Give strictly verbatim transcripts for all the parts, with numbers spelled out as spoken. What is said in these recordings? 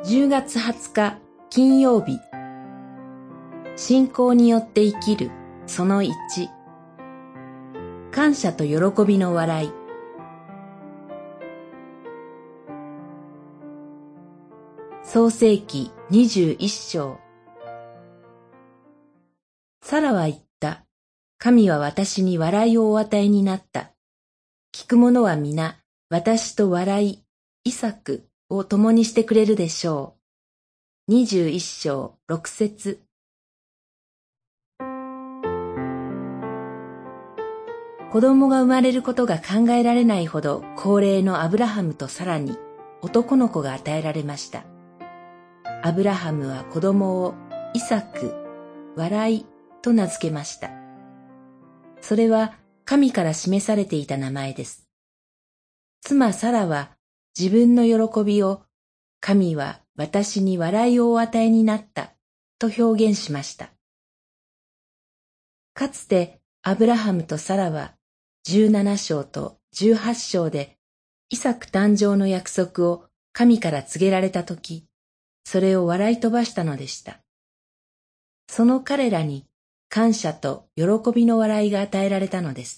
じゅうがつはつか金曜日、信仰によって生きるそのいち、感謝と喜びの笑い。創世記にじゅういっ章。サラは言った。神は私に笑いをお与えになった。聞く者は皆、私と笑い、イサクを共にしてくれるでしょう。にじゅういっ章ろく節。子供が生まれることが考えられないほど高齢のアブラハムとサラに男の子が与えられました。アブラハムは子供をイサク、笑いと名付けました。それは神から示されていた名前です。妻サラは自分の喜びを神は私に笑いをお与えになったと表現しました。かつてアブラハムとサラはじゅうなな章とじゅうはち章でイサク誕生の約束を神から告げられたとき、それを笑い飛ばしたのでした。その彼らに感謝と喜びの笑いが与えられたのです。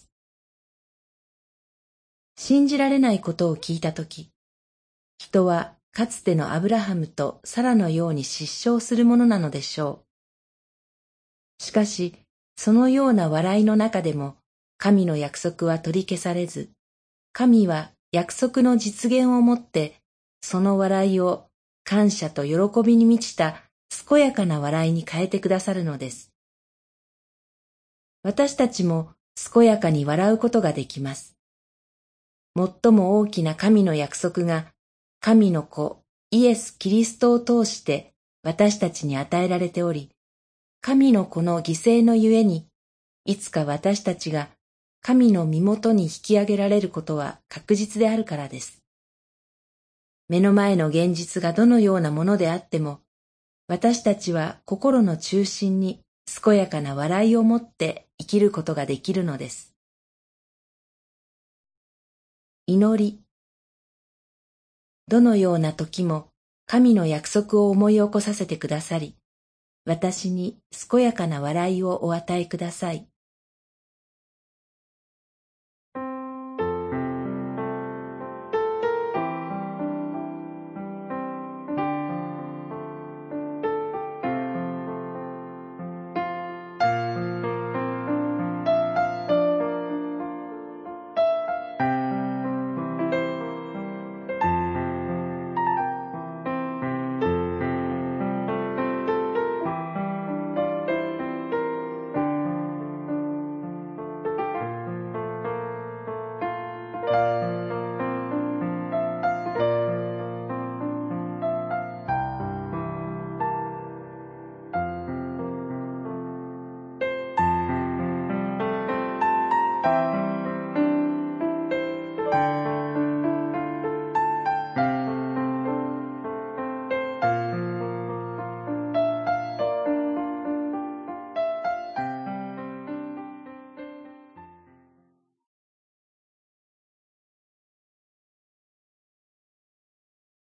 信じられないことを聞いたとき、人はかつてのアブラハムとサラのように失笑するものなのでしょう。しかし、そのような笑いの中でも、神の約束は取り消されず、神は約束の実現をもって、その笑いを感謝と喜びに満ちた健やかな笑いに変えてくださるのです。私たちも健やかに笑うことができます。最も大きな神の約束が、神の子イエス・キリストを通して私たちに与えられており、神の子の犠牲のゆえに、いつか私たちが神の身元に引き上げられることは確実であるからです。目の前の現実がどのようなものであっても、私たちは心の中心に健やかな笑いを持って生きることができるのです。祈り。どのような時も神の約束を思い起こさせてくださり、私に健やかな笑いをお与えください。